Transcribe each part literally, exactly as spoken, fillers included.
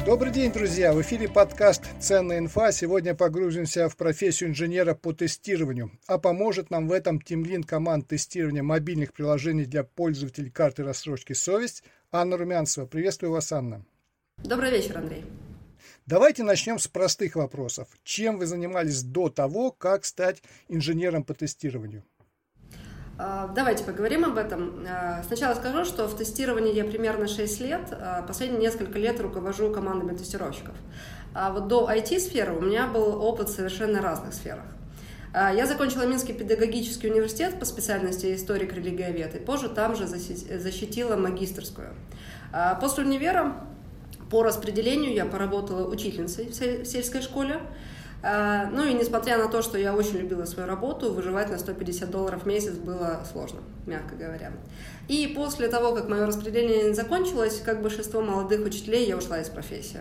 Добрый день, друзья! В эфире подкаст «Ценная инфа». Сегодня погрузимся в профессию инженера по тестированию. А поможет нам в этом тимлид команд тестирования мобильных приложений для пользователей карты рассрочки «Совесть» Анна Румянцева. Приветствую вас, Анна. Добрый вечер, Андрей. Давайте начнем с простых вопросов. Чем вы занимались до того, как стать инженером по тестированию? Давайте поговорим об этом. Сначала скажу, что в тестировании я примерно шесть лет, последние несколько лет руковожу командами тестировщиков. А вот до ай ти-сферы у меня был опыт в совершенно разных сферах. Я закончила Минский педагогический университет по специальности историк-религиовед, и позже там же защитила магистерскую. После универа по распределению я поработала учительницей в сельской школе. Ну и несмотря на то, что я очень любила свою работу, выживать на сто пятьдесят долларов в месяц было сложно, мягко говоря. И после того, как мое распределение закончилось, как большинство молодых учителей, я ушла из профессии.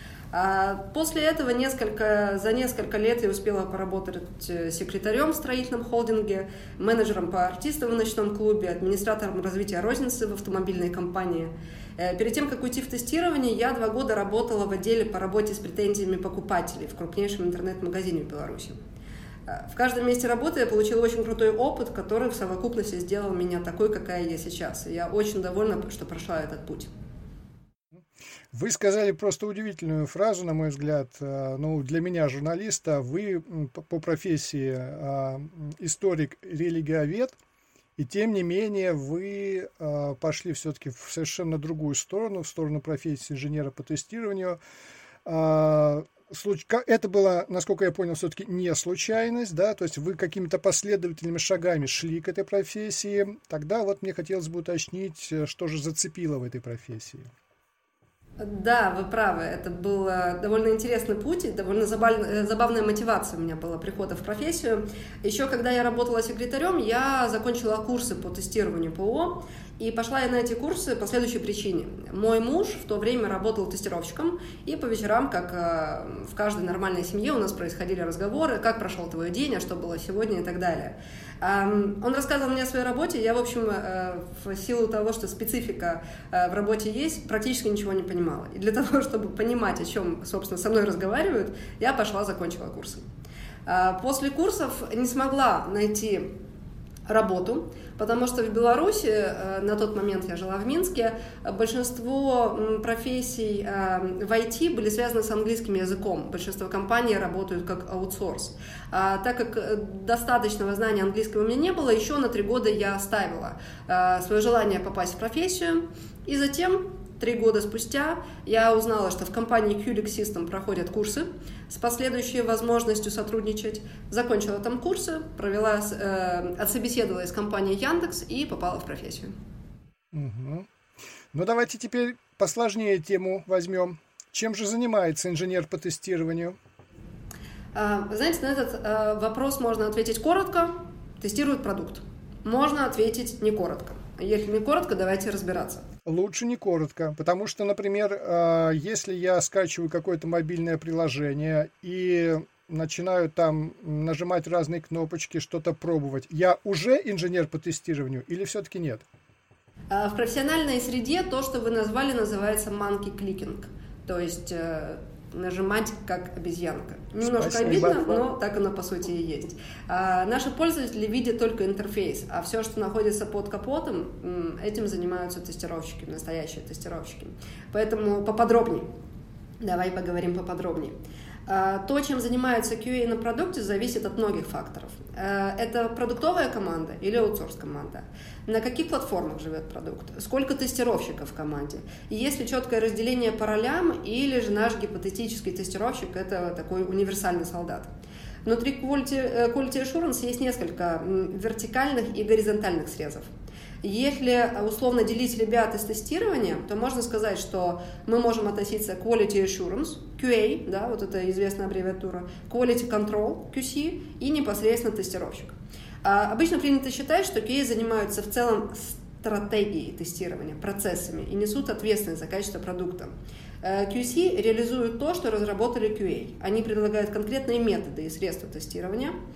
После этого несколько, за несколько лет я успела поработать секретарем в строительном холдинге, менеджером по артистам в ночном клубе, администратором развития розницы в автомобильной компании. Перед тем, как уйти в тестирование, я два года работала в отделе по работе с претензиями покупателей в крупнейшем интернет-магазине в Беларуси. В каждом месте работы я получила очень крутой опыт, который в совокупности сделал меня такой, какая я сейчас. И я очень довольна, что прошла этот путь. Вы сказали просто удивительную фразу, на мой взгляд. Ну, для меня, журналиста, вы по профессии историк-религиовед, и тем не менее вы пошли все-таки в совершенно другую сторону, в сторону профессии инженера по тестированию. Это было, насколько я понял, все-таки не случайность, да, то есть вы какими-то последовательными шагами шли к этой профессии. Тогда вот мне хотелось бы уточнить, что же зацепило в этой профессии. Да, вы правы. Это был довольно интересный путь, и довольно забавная мотивация у меня была прихода в профессию. Еще когда я работала секретарем, я закончила курсы по тестированию ПО, и пошла я на эти курсы по следующей причине. Мой муж в то время работал тестировщиком, и по вечерам, как в каждой нормальной семье, у нас происходили разговоры, как прошел твой день, а что было сегодня и так далее. Он рассказывал мне о своей работе, я, в общем, в силу того, что специфика в работе есть, практически ничего не понимала. И для того, чтобы понимать, о чем, собственно, со мной разговаривают, я пошла, закончила курсы. После курсов не смогла найти работу, потому что в Беларуси, на тот момент я жила в Минске, большинство профессий в ай ти были связаны с английским языком. Большинство компаний работают как аутсорс. А так как достаточного знания английского у меня не было, еще на три года я оставила свое желание попасть в профессию, и затем Три года спустя я узнала, что в компании Kulik System проходят курсы с последующей возможностью сотрудничать. Закончила там курсы, провела, э, отсобеседовалась с компанией Яндекс и попала в профессию. Угу. Ну давайте теперь посложнее тему возьмем. Чем же занимается инженер по тестированию? Вы знаете, на этот э, вопрос можно ответить коротко. Тестирует продукт. Можно ответить не коротко. Если не коротко, давайте разбираться. Лучше не коротко, потому что, например, если я скачиваю какое-то мобильное приложение и начинаю там нажимать разные кнопочки, что-то пробовать, я уже инженер по тестированию или все-таки нет? В профессиональной среде то, что вы назвали, называется monkey clicking, то есть нажимать как обезьянка. Немножко Спасибо. Обидно, но так оно по сути и есть. А, наши пользователи видят только интерфейс, а все, что находится под капотом, этим занимаются тестировщики, настоящие тестировщики. Поэтому поподробнее. Давай поговорим поподробнее. То, чем занимается кью эй на продукте, зависит от многих факторов. Это продуктовая команда или аутсорс-команда? На каких платформах живет продукт? Сколько тестировщиков в команде? И есть ли четкое разделение по ролям, или же наш гипотетический тестировщик – это такой универсальный солдат? Внутри Quality, Quality Assurance есть несколько вертикальных и горизонтальных срезов. Если условно делить ребят из тестирования, то можно сказать, что мы можем относиться к Quality Assurance, кью эй, да, вот это известная аббревиатура, Quality Control, кью си и непосредственно тестировщик. А обычно принято считать, что кью эй занимаются в целом стратегией тестирования, процессами и несут ответственность за качество продукта. кью си реализуют то, что разработали кью эй. Они предлагают конкретные методы и средства тестирования.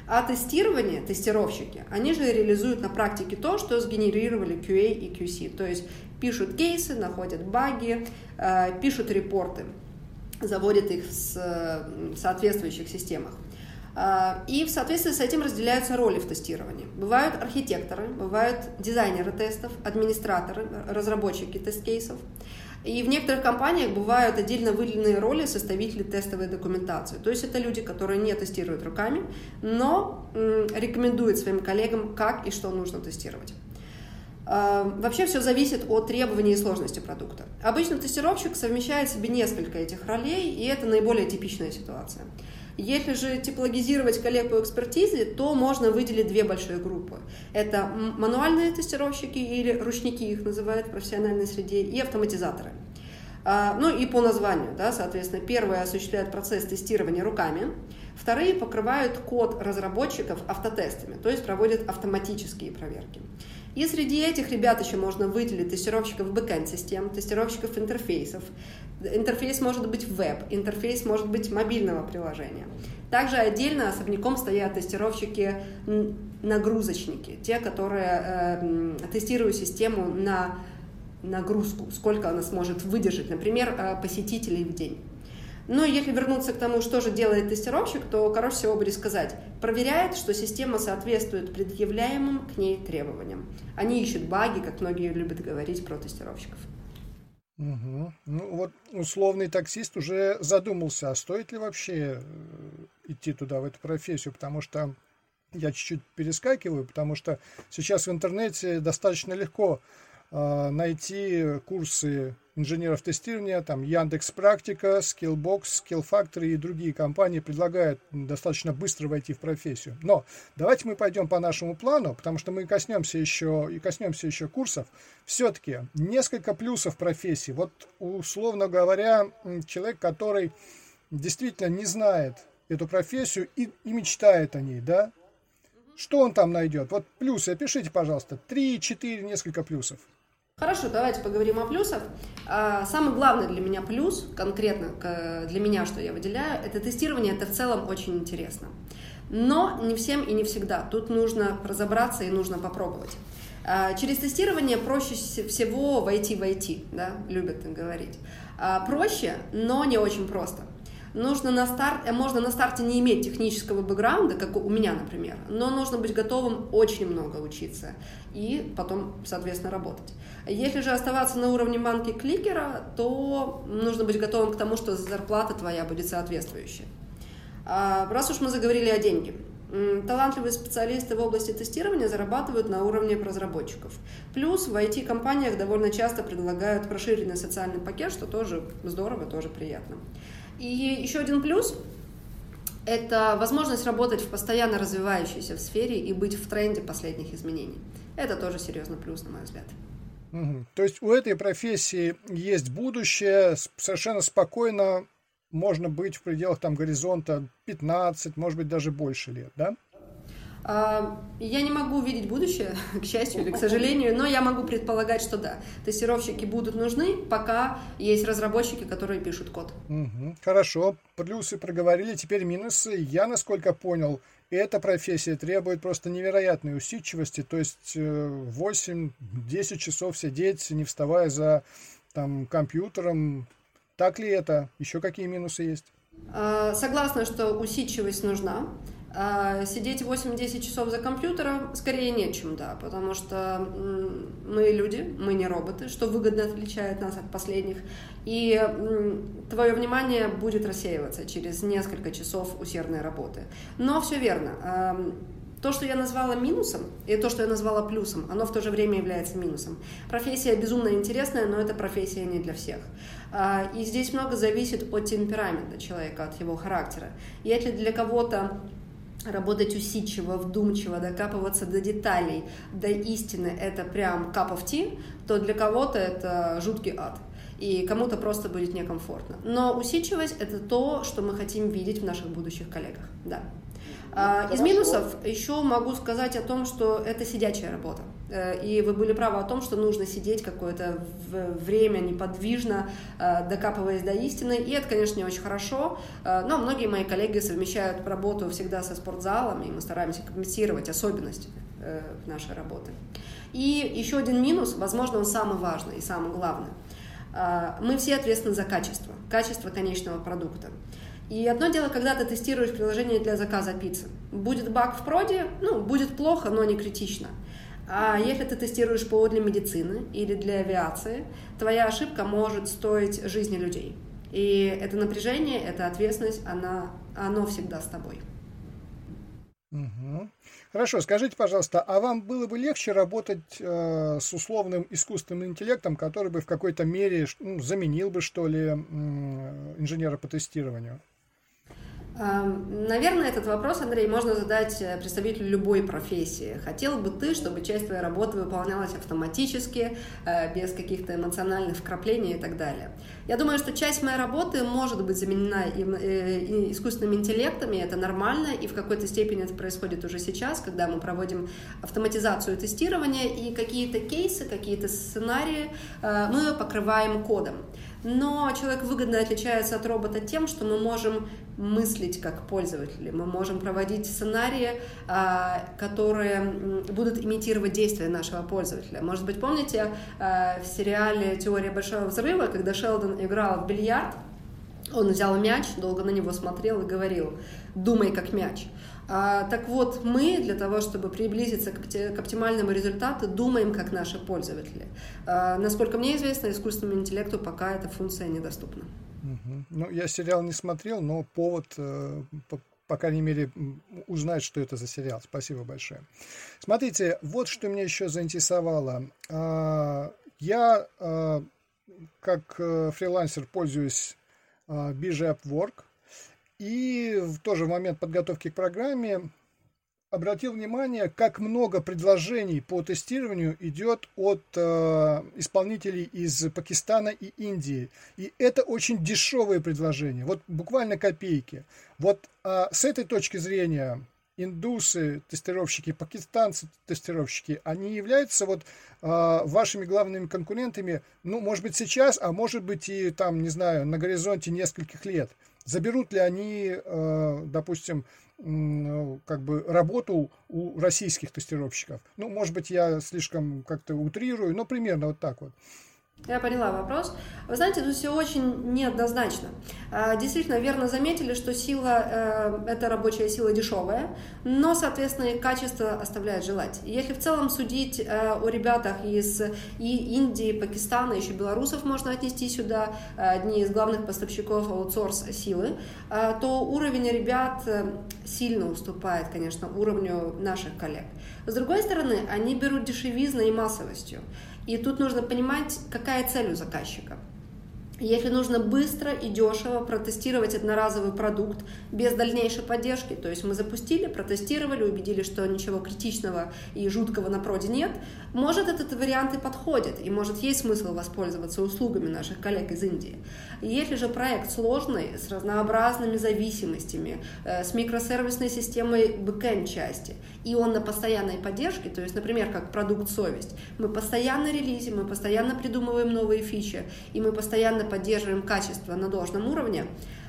А тестирование, тестировщики, они же реализуют на практике то, что сгенерировали кью эй и кью си. То есть пишут кейсы, находят баги, пишут репорты, заводят их в соответствующих системах. И в соответствии с этим разделяются роли в тестировании. Бывают архитекторы, бывают дизайнеры тестов, администраторы, разработчики тест-кейсов. И в некоторых компаниях бывают отдельно выделенные роли составителей тестовой документации. То есть это люди, которые не тестируют руками, но рекомендуют своим коллегам, как и что нужно тестировать. Вообще все зависит от требований и сложности продукта. Обычно тестировщик совмещает в себе несколько этих ролей, и это наиболее типичная ситуация. Если же типологизировать коллег по экспертизе, то можно выделить две большие группы. Это мануальные тестировщики, или ручники их называют в профессиональной среде, и автоматизаторы. Ну и по названию, да, соответственно, первые осуществляют процесс тестирования руками, вторые покрывают код разработчиков автотестами, то есть проводят автоматические проверки. И среди этих ребят еще можно выделить тестировщиков бэкэнд-систем, тестировщиков интерфейсов. Интерфейс может быть веб, интерфейс может быть мобильного приложения. Также отдельно особняком стоят тестировщики-нагрузочники, те, которые э, тестируют систему на нагрузку, сколько она сможет выдержать, например, э, посетителей в день. Но если вернуться к тому, что же делает тестировщик, то, короче всего, будет сказать, проверяет, что система соответствует предъявляемым к ней требованиям. Они ищут баги, как многие любят говорить про тестировщиков. Угу. Ну вот условный таксист уже задумался, а стоит ли вообще идти туда, в эту профессию, потому что я чуть-чуть перескакиваю, потому что сейчас в интернете достаточно легко э, найти курсы инженеров тестирования, там Яндекс.Практика, Skillbox, Skillfactory и другие компании предлагают достаточно быстро войти в профессию. Но давайте мы пойдем по нашему плану, потому что мы коснемся еще и коснемся еще курсов. Все-таки несколько плюсов профессии. Вот, условно говоря, человек, который действительно не знает эту профессию и, и мечтает о ней, да? Что он там найдет? Вот плюсы, опишите, пожалуйста, три-четыре, несколько плюсов. Хорошо, давайте поговорим о плюсах. Самый главный для меня плюс, конкретно для меня, что я выделяю, это тестирование, это в целом очень интересно. Но не всем и не всегда. Тут нужно разобраться и нужно попробовать. Через тестирование проще всего войти в ай ти, да, любят говорить. Проще, но не очень просто. Нужно на старт, можно на старте не иметь технического бэкграунда, как у меня, например, но нужно быть готовым очень много учиться и потом, соответственно, работать. Если же оставаться на уровне манки-кликера, то нужно быть готовым к тому, что зарплата твоя будет соответствующая. Раз уж мы заговорили о деньгах, талантливые специалисты в области тестирования зарабатывают на уровне разработчиков. Плюс в ай ти-компаниях довольно часто предлагают расширенный социальный пакет, что тоже здорово, тоже приятно. И еще один плюс – это возможность работать в постоянно развивающейся в сфере и быть в тренде последних изменений. Это тоже серьезный плюс, на мой взгляд. Угу. То есть у этой профессии есть будущее, совершенно спокойно можно быть в пределах там горизонта пятнадцать, может быть, даже больше лет, да? Я не могу увидеть будущее, к счастью или к сожалению, но я могу предполагать, что да, тестировщики будут нужны, пока есть разработчики, которые пишут код. Угу. Хорошо, плюсы проговорили, теперь минусы. Я, насколько понял, эта профессия требует просто невероятной усидчивости, то есть восемь-десять часов сидеть, не вставая за там, компьютером. Так ли это? Еще какие минусы есть? Согласна, что усидчивость нужна. Сидеть восемь-десять часов за компьютером скорее нечем, да, потому что мы люди, мы не роботы, что выгодно отличает нас от последних, и твое внимание будет рассеиваться через несколько часов усердной работы. Но все верно. То, что я назвала минусом, и то, что я назвала плюсом, оно в то же время является минусом. Профессия безумно интересная, но эта профессия не для всех. И здесь много зависит от темперамента человека, от его характера. Если для кого-то работать усидчиво, вдумчиво, докапываться до деталей, до истины – это прям cup of tea, то для кого-то это жуткий ад. И кому-то просто будет некомфортно. Но усидчивость – это то, что мы хотим видеть в наших будущих коллегах. Да. Из минусов еще могу сказать о том, что это сидячая работа. И вы были правы о том, что нужно сидеть какое-то время неподвижно, докапываясь до истины. И это, конечно, не очень хорошо, но многие мои коллеги совмещают работу всегда со спортзалом, и мы стараемся компенсировать особенности нашей работы. И еще один минус, возможно, он самый важный и самый главный. Мы все ответственны за качество, качество конечного продукта. И одно дело, когда ты тестируешь приложение для заказа пиццы. Будет баг в проде, ну, будет плохо, но не критично. А если ты тестируешь ПО для медицины или для авиации, твоя ошибка может стоить жизни людей. И это напряжение, эта ответственность, она, оно всегда с тобой. Угу. Хорошо, скажите, пожалуйста, а вам было бы легче работать э, с условным искусственным интеллектом, который бы в какой-то мере ну, заменил бы, что ли, э, инженера по тестированию? Наверное, этот вопрос, Андрей, можно задать представителю любой профессии. Хотел бы ты, чтобы часть твоей работы выполнялась автоматически, без каких-то эмоциональных вкраплений и так далее? Я думаю, что часть моей работы может быть заменена искусственными интеллектами, это нормально, и в какой-то степени это происходит уже сейчас, когда мы проводим автоматизацию тестирования, и какие-то кейсы, какие-то сценарии мы покрываем кодом. Но человек выгодно отличается от робота тем, что мы можем мыслить как пользователи, мы можем проводить сценарии, которые будут имитировать действия нашего пользователя. Может быть, помните в сериале «Теория большого взрыва», когда Шелдон играл в бильярд, он взял мяч, долго на него смотрел и говорил: «Думай как мяч». Так вот, мы для того, чтобы приблизиться к оптимальному результату, думаем как наши пользователи. Насколько мне известно, искусственному интеллекту пока эта функция недоступна. Угу. Ну, я сериал не смотрел, но повод, по, по крайней мере, узнать, что это за сериал. Спасибо большое. Смотрите, вот что меня еще заинтересовало. Я, как фрилансер, пользуюсь биржей Upwork. И тоже в момент подготовки к программе обратил внимание, как много предложений по тестированию идет от э, исполнителей из Пакистана и Индии. И это очень дешевые предложения, вот буквально копейки. Вот э, с этой точки зрения индусы, тестировщики, пакистанцы, тестировщики, они являются вот э, вашими главными конкурентами, ну, может быть, сейчас, а может быть и там, не знаю, на горизонте нескольких лет. Заберут ли они, э, допустим, э, как бы работу у российских тестировщиков? Ну, может быть, я слишком как-то утрирую, но примерно вот так вот. Я поняла вопрос. Вы знаете, тут все очень неоднозначно. Действительно, верно заметили, что сила, эта рабочая сила дешевая, но, соответственно, и качество оставляет желать. Если в целом судить о ребятах из и Индии, Пакистана, еще белорусов можно отнести сюда, одни из главных поставщиков аутсорс-силы, то уровень ребят сильно уступает, конечно, уровню наших коллег. С другой стороны, они берут дешевизной и массовостью. И тут нужно понимать, какая цель у заказчика. Если нужно быстро и дешево протестировать одноразовый продукт без дальнейшей поддержки, то есть мы запустили, протестировали, убедились, что ничего критичного и жуткого на проде нет, может, этот вариант и подходит, и может есть смысл воспользоваться услугами наших коллег из Индии. Если же проект сложный, с разнообразными зависимостями, с микросервисной системой бэкэнд части, и он на постоянной поддержке, то есть, например, как продукт «Совесть», мы постоянно релизим, мы постоянно придумываем новые фичи, и мы постоянно поддерживаем качество на должном уровне,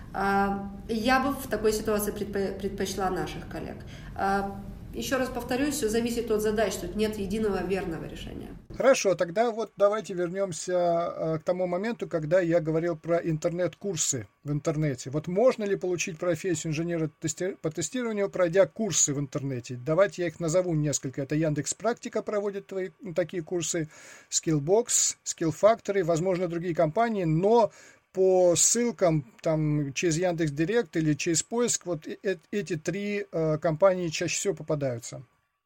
я бы в такой ситуации предпочла наших коллег. Еще раз повторюсь, все зависит от задач, тут нет единого верного решения. Хорошо, тогда вот давайте вернемся к тому моменту, когда я говорил про интернет-курсы в интернете. Вот можно ли получить профессию инженера по тестированию, пройдя курсы в интернете? Давайте я их назову несколько. Это Яндекс.Практика проводит твои, такие курсы, Skillbox, Skill Factory, возможно, другие компании, но по ссылкам там через Яндекс.Директ или через поиск вот э- эти три э, компании чаще всего попадаются.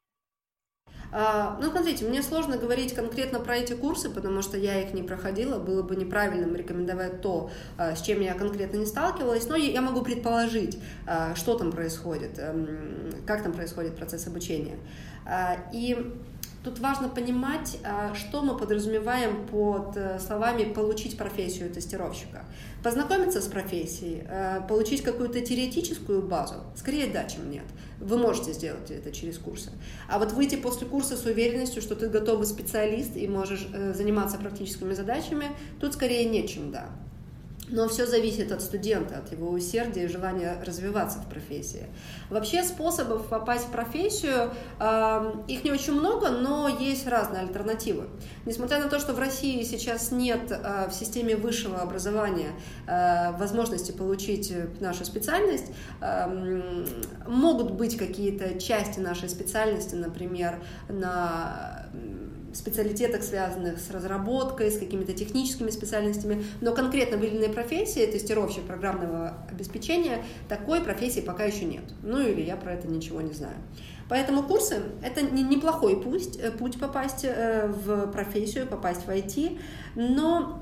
А, ну, смотрите, мне сложно говорить конкретно про эти курсы, потому что я их не проходила, было бы неправильным рекомендовать то, с чем я конкретно не сталкивалась, но я могу предположить, что там происходит, как там происходит процесс обучения. И Тут важно понимать, что мы подразумеваем под словами «получить профессию тестировщика». Познакомиться с профессией, получить какую-то теоретическую базу, скорее да, чем нет. Вы можете сделать это через курсы. А вот выйти после курса с уверенностью, что ты готовый специалист и можешь заниматься практическими задачами, тут скорее нет, чем да. Но все зависит от студента, от его усердия и желания развиваться в профессии. Вообще способов попасть в профессию, э, их не очень много, но есть разные альтернативы. Несмотря на то, что в России сейчас нет э, в системе высшего образования э, возможности получить нашу специальность, э, могут быть какие-то части нашей специальности, например, на специалитетах, связанных с разработкой, с какими-то техническими специальностями, но конкретно выделенной профессии, тестировщик программного обеспечения, такой профессии пока еще нет. Ну или я про это ничего не знаю. Поэтому курсы – это неплохой путь, путь попасть в профессию, попасть в ай ти, но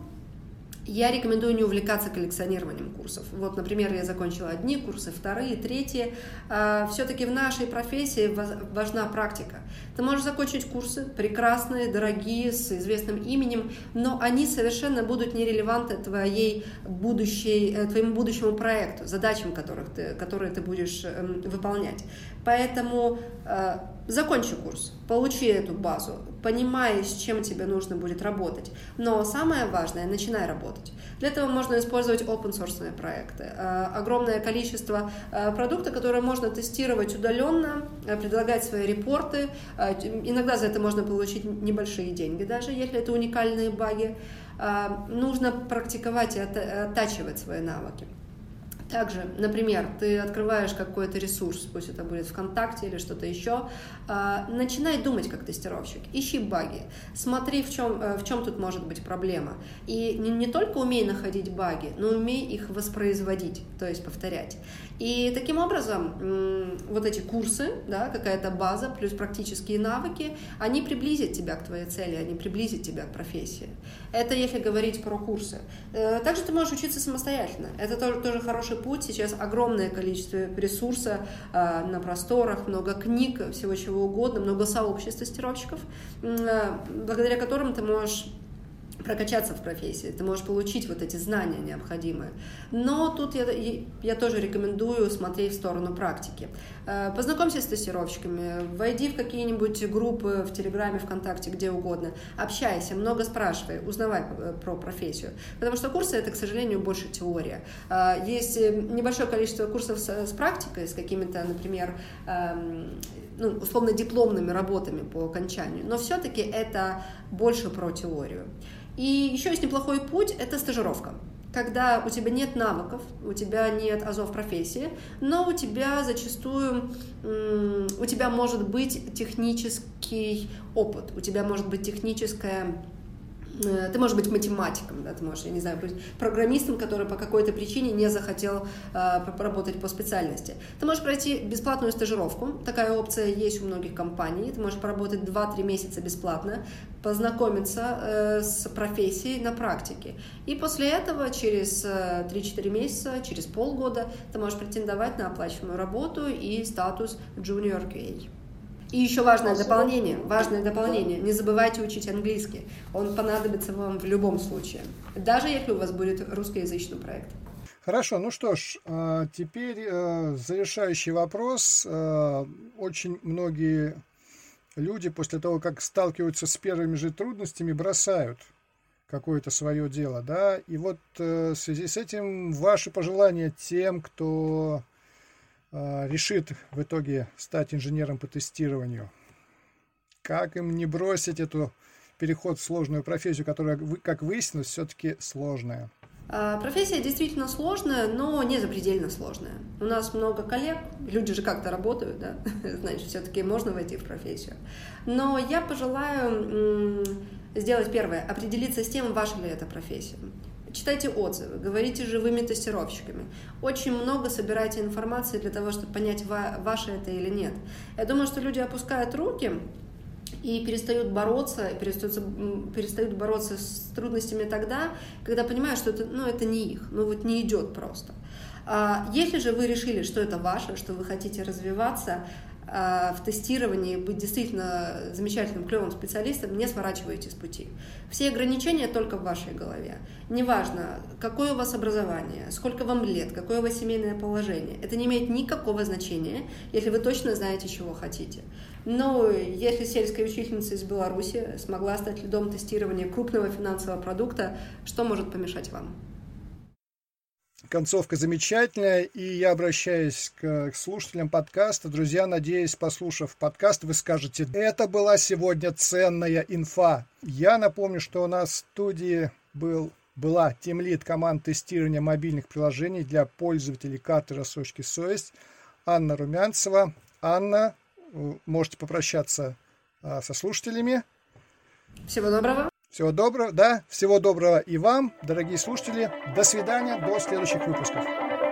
я рекомендую не увлекаться коллекционированием курсов. Вот, например, я закончила одни курсы, вторые, третьи. Все-таки в нашей профессии важна практика. Ты можешь закончить курсы прекрасные, дорогие, с известным именем, но они совершенно будут нерелевантны твоей будущей, твоему будущему проекту, задачам, которых ты, которые ты будешь выполнять. Поэтому э, закончи курс, получи эту базу, понимай, с чем тебе нужно будет работать. Но самое важное – начинай работать. Для этого можно использовать open-source проекты. Э, огромное количество э, продуктов, которые можно тестировать удаленно, э, предлагать свои репорты. Э, иногда за это можно получить небольшие деньги, даже если это уникальные баги. Э, нужно практиковать и оттачивать свои навыки. Также, например, ты открываешь какой-то ресурс, пусть это будет ВКонтакте или что-то еще, начинай думать как тестировщик, ищи баги, смотри, в чем, в чем тут может быть проблема. И не, не только умей находить баги, но умей их воспроизводить, то есть повторять. И таким образом вот эти курсы, да, какая-то база плюс практические навыки, они приблизят тебя к твоей цели, они приблизят тебя к профессии. Это если говорить про курсы. Также ты можешь учиться самостоятельно. Это тоже, тоже хороший путь. Сейчас огромное количество ресурсов на просторах, много книг, всего чего угодно, много сообществ тестировщиков, благодаря которым ты можешь прокачаться в профессии, ты можешь получить вот эти знания необходимые. Но тут я, я тоже рекомендую смотреть в сторону практики. Познакомься с тестировщиками, войди в какие-нибудь группы в Телеграме, ВКонтакте, где угодно, общайся, много спрашивай, узнавай про профессию. Потому что курсы — это, к сожалению, больше теория. Есть небольшое количество курсов с, с практикой, с какими-то, например, ну, условно дипломными работами по окончанию, но все-таки это больше про теорию. И еще есть неплохой путь – это стажировка. Когда у тебя нет навыков, у тебя нет азов профессии, но у тебя зачастую, у тебя может быть технический опыт, у тебя может быть техническая... Ты можешь быть математиком, да, ты можешь, я не знаю, быть программистом, который по какой-то причине не захотел э, поработать по специальности. Ты можешь пройти бесплатную стажировку, такая опция есть у многих компаний, ты можешь поработать два-три месяца бесплатно, познакомиться э, с профессией на практике. И после этого через э, три-четыре месяца, через полгода ты можешь претендовать на оплачиваемую работу и статус Junior кью эй. И еще важное дополнение, важное дополнение, не забывайте учить английский, он понадобится вам в любом случае, даже если у вас будет русскоязычный проект. Хорошо, ну что ж, теперь завершающий вопрос. Очень многие люди после того, как сталкиваются с первыми же трудностями, бросают какое-то свое дело, да, и вот в связи с этим ваши пожелания тем, кто... решит в итоге стать инженером по тестированию. Как им не бросить эту переход в сложную профессию, которая, как выяснилось, все-таки сложная? Профессия действительно сложная, но не запредельно сложная. У нас много коллег, люди же как-то работают, да, значит, все-таки можно войти в профессию. Но я пожелаю сделать первое, определиться с тем, ваша ли это профессия. Читайте отзывы, говорите с живыми тестировщиками. Очень много собирайте информации для того, чтобы понять, ваше это или нет. Я думаю, что люди опускают руки и перестают бороться, перестают, перестают бороться с трудностями тогда, когда понимают, что это, ну, это не их, ну вот не идет просто. Если же вы решили, что это ваше, что вы хотите развиваться, в тестировании, быть действительно замечательным, клевым специалистом, не сворачиваете с пути. Все ограничения только в вашей голове. Неважно, какое у вас образование, сколько вам лет, какое у вас семейное положение. Это не имеет никакого значения, если вы точно знаете, чего хотите. Но если сельская учительница из Беларуси смогла стать лидом тестирования крупного финансового продукта, что может помешать вам? Концовка замечательная, и я обращаюсь к, к слушателям подкаста. Друзья, надеюсь, послушав подкаст, вы скажете, это была сегодня ценная инфа. Я напомню, что у нас в студии был, была тимлид команд тестирования мобильных приложений для пользователей карты рассрочки «Совесть» Анна Румянцева. Анна, можете попрощаться а, со слушателями. Всего доброго. Всего доброго, да, всего доброго и вам, дорогие слушатели. До свидания, до следующих выпусков.